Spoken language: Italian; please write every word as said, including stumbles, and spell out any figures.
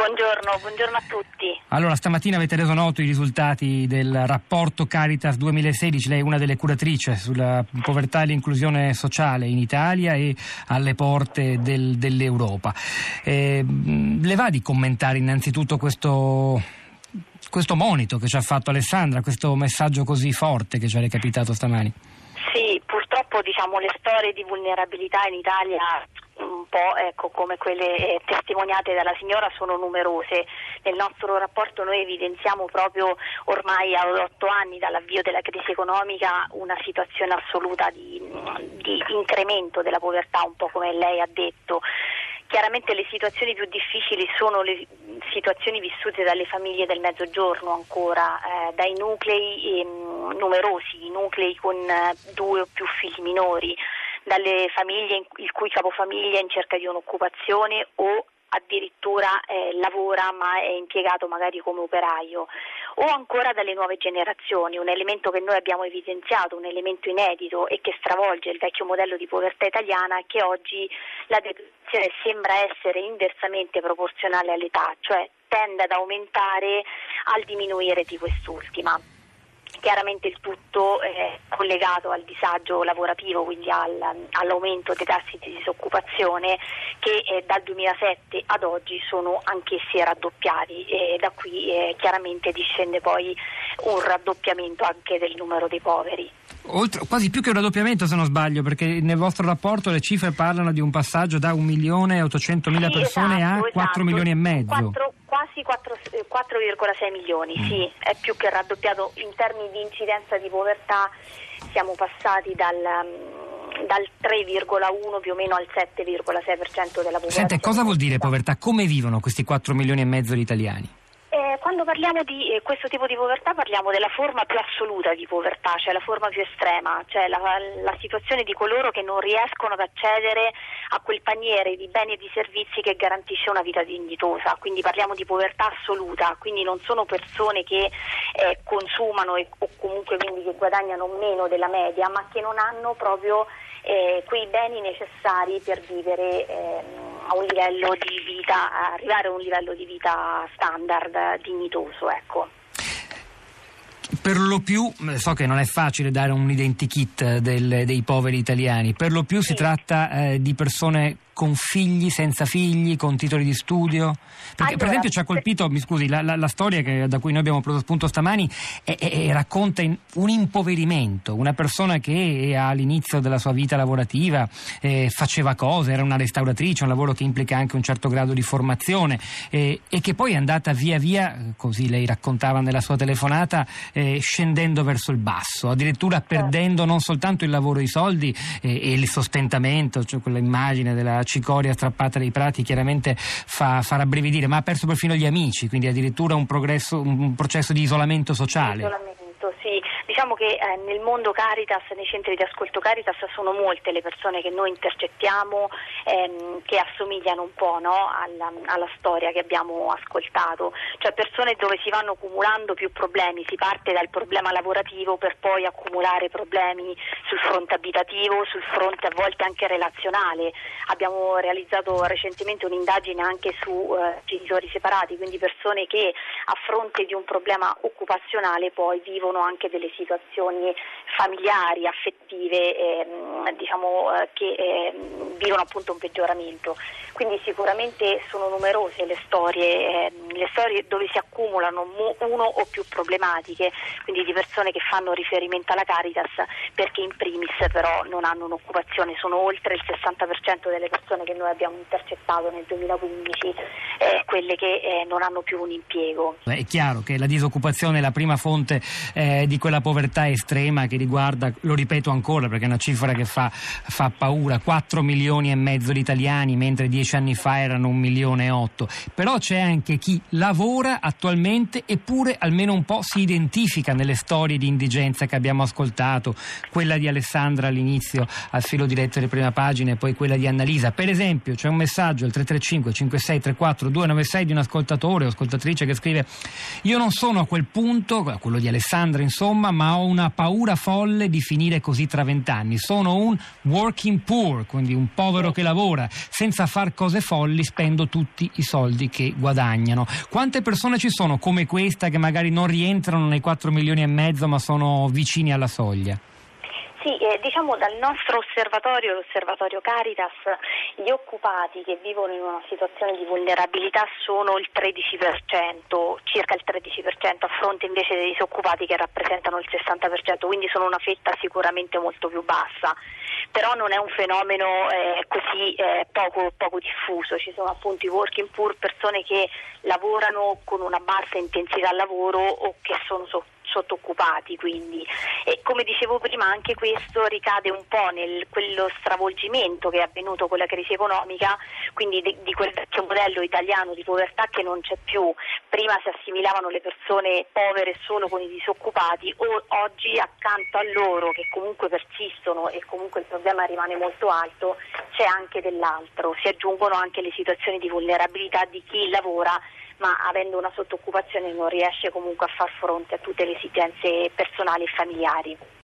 Buongiorno, buongiorno a tutti. Allora, stamattina avete reso noto i risultati del rapporto Caritas duemilasedici. Lei è una delle curatrici sulla povertà e l'inclusione sociale in Italia e alle porte del, dell'Europa. Eh, le va di commentare innanzitutto questo, questo monito che ci ha fatto Alessandra, questo messaggio così forte che ci ha recapitato stamani? Sì, purtroppo diciamo le storie di vulnerabilità in Italia, un po' ecco come quelle eh, testimoniate dalla signora, sono numerose. Nel nostro rapporto noi evidenziamo proprio ormai a otto anni dall'avvio della crisi economica una situazione assoluta di, di incremento della povertà, un po' come lei ha detto. Chiaramente le situazioni più difficili sono le situazioni vissute dalle famiglie del Mezzogiorno ancora, eh, dai nuclei ehm, numerosi, i nuclei con eh, due o più figli minori, dalle famiglie il cui capofamiglia è in cerca di un'occupazione o addirittura eh, lavora ma è impiegato magari come operaio, o ancora dalle nuove generazioni, un elemento che noi abbiamo evidenziato, un elemento inedito e che stravolge il vecchio modello di povertà italiana, che oggi la deprivazione sembra essere inversamente proporzionale all'età, cioè tende ad aumentare al diminuire di quest'ultima. Chiaramente il tutto è collegato al disagio lavorativo, quindi al, all'aumento dei tassi di disoccupazione che eh, dal duemilasette ad oggi sono anch'essi raddoppiati, e da qui eh, chiaramente discende poi un raddoppiamento anche del numero dei poveri. Oltre, quasi più che un raddoppiamento, se non sbaglio, perché nel vostro rapporto le cifre parlano di un passaggio da un milione e ottocentomila sì, persone esatto, a quattro esatto. milioni e mezzo. quattro, quasi quattro virgola sei milioni, mm. sì, è più che raddoppiato. In termini di incidenza di povertà siamo passati dal, dal tre virgola uno più o meno al sette virgola sei per cento della popolazione. Senta, cosa vuol dire povertà? Come vivono questi quattro milioni e mezzo di italiani? Eh, quando parliamo di eh, questo tipo di povertà parliamo della forma più assoluta di povertà, cioè la forma più estrema, cioè la, la situazione di coloro che non riescono ad accedere a quel paniere di beni e di servizi che garantisce una vita dignitosa. Quindi parliamo di povertà assoluta, quindi non sono persone che eh, consumano e, o comunque quindi che guadagnano meno della media, ma che non hanno proprio eh, quei beni necessari per vivere eh, a un livello di vita, arrivare a un livello di vita standard dignitoso, ecco. Per lo più, so che non è facile dare un identikit del, dei poveri italiani, per lo più sì. Si tratta eh, di persone con figli, senza figli, con titoli di studio? Perché allora, per esempio ci ha colpito, mi scusi, la, la, la storia che, da cui noi abbiamo preso spunto stamani è, è, è, racconta in, un impoverimento, una persona che all'inizio della sua vita lavorativa eh, faceva cose, era una restauratrice, un lavoro che implica anche un certo grado di formazione eh, e che poi è andata via via, così lei raccontava nella sua telefonata, eh, scendendo verso il basso, addirittura perdendo non soltanto il lavoro e i soldi eh, e il sostentamento, cioè quella immagine della cicoria strappata dai prati chiaramente fa, fa rabbrividire, ma ha perso perfino gli amici, quindi addirittura un progresso, un processo di isolamento sociale. Isolamento, sì. Diciamo che eh, nel mondo Caritas, nei centri di ascolto Caritas, sono molte le persone che noi intercettiamo ehm, che assomigliano un po', no, alla, alla storia che abbiamo ascoltato, cioè persone dove si vanno accumulando più problemi, si parte dal problema lavorativo per poi accumulare problemi sul fronte abitativo, sul fronte a volte anche relazionale. Abbiamo realizzato recentemente un'indagine anche su eh, genitori separati, quindi persone che a fronte di un problema occupazionale poi vivono anche delle situazioni familiari, affettive, ehm, diciamo eh, che eh, vivono appunto un peggioramento. Quindi sicuramente sono numerose le storie, eh, le storie dove si accumulano mu- uno o più problematiche, quindi di persone che fanno riferimento alla Caritas perché in primis però non hanno un'occupazione. Sono oltre il sessanta per cento delle persone che noi abbiamo intercettato nel duemilaquindici, eh, quelle che eh, non hanno più un impiego. È chiaro che la disoccupazione è la prima fonte eh, di quella povertà estrema che riguarda, lo ripeto ancora perché è una cifra che fa, fa paura, quattro milioni e mezzo di italiani, mentre dieci anni fa erano un milione e otto. Però c'è anche chi lavora attualmente eppure almeno un po' si identifica nelle storie di indigenza che abbiamo ascoltato, quella di Alessandra all'inizio al filo diretto delle prime pagine e poi quella di Annalisa. Per esempio c'è un messaggio al tre tre cinque cinque sei tre quattro due nove sei di un ascoltatore o ascoltatrice che scrive: io non sono a quel punto, quello di Alessandra insomma, ma ho una paura folle di finire così tra vent'anni. Sono un working poor, quindi un povero che lavora, senza far cose folli spendo tutti i soldi che guadagnano. Quante persone ci sono come questa che magari non rientrano nei quattro milioni e mezzo ma sono vicini alla soglia? Sì, eh, diciamo dal nostro osservatorio, l'osservatorio Caritas, gli occupati che vivono in una situazione di vulnerabilità sono il tredici per cento, circa il tredici per cento, a fronte invece dei disoccupati che rappresentano il sessanta per cento, quindi sono una fetta sicuramente molto più bassa. Però non è un fenomeno eh, così eh, poco, poco diffuso, ci sono appunto i working poor, persone che lavorano con una bassa intensità al lavoro o che sono sotto sottooccupati, quindi e come dicevo prima anche questo ricade un po' nel quello stravolgimento che è avvenuto con la crisi economica, quindi di, di quel vecchio modello italiano di povertà che non c'è più. Prima si assimilavano le persone povere solo con i disoccupati, o oggi accanto a loro che comunque persistono e comunque il problema rimane molto alto, c'è anche dell'altro, si aggiungono anche le situazioni di vulnerabilità di chi lavora ma avendo una sottooccupazione non riesce comunque a far fronte a tutte le esigenze personali e familiari.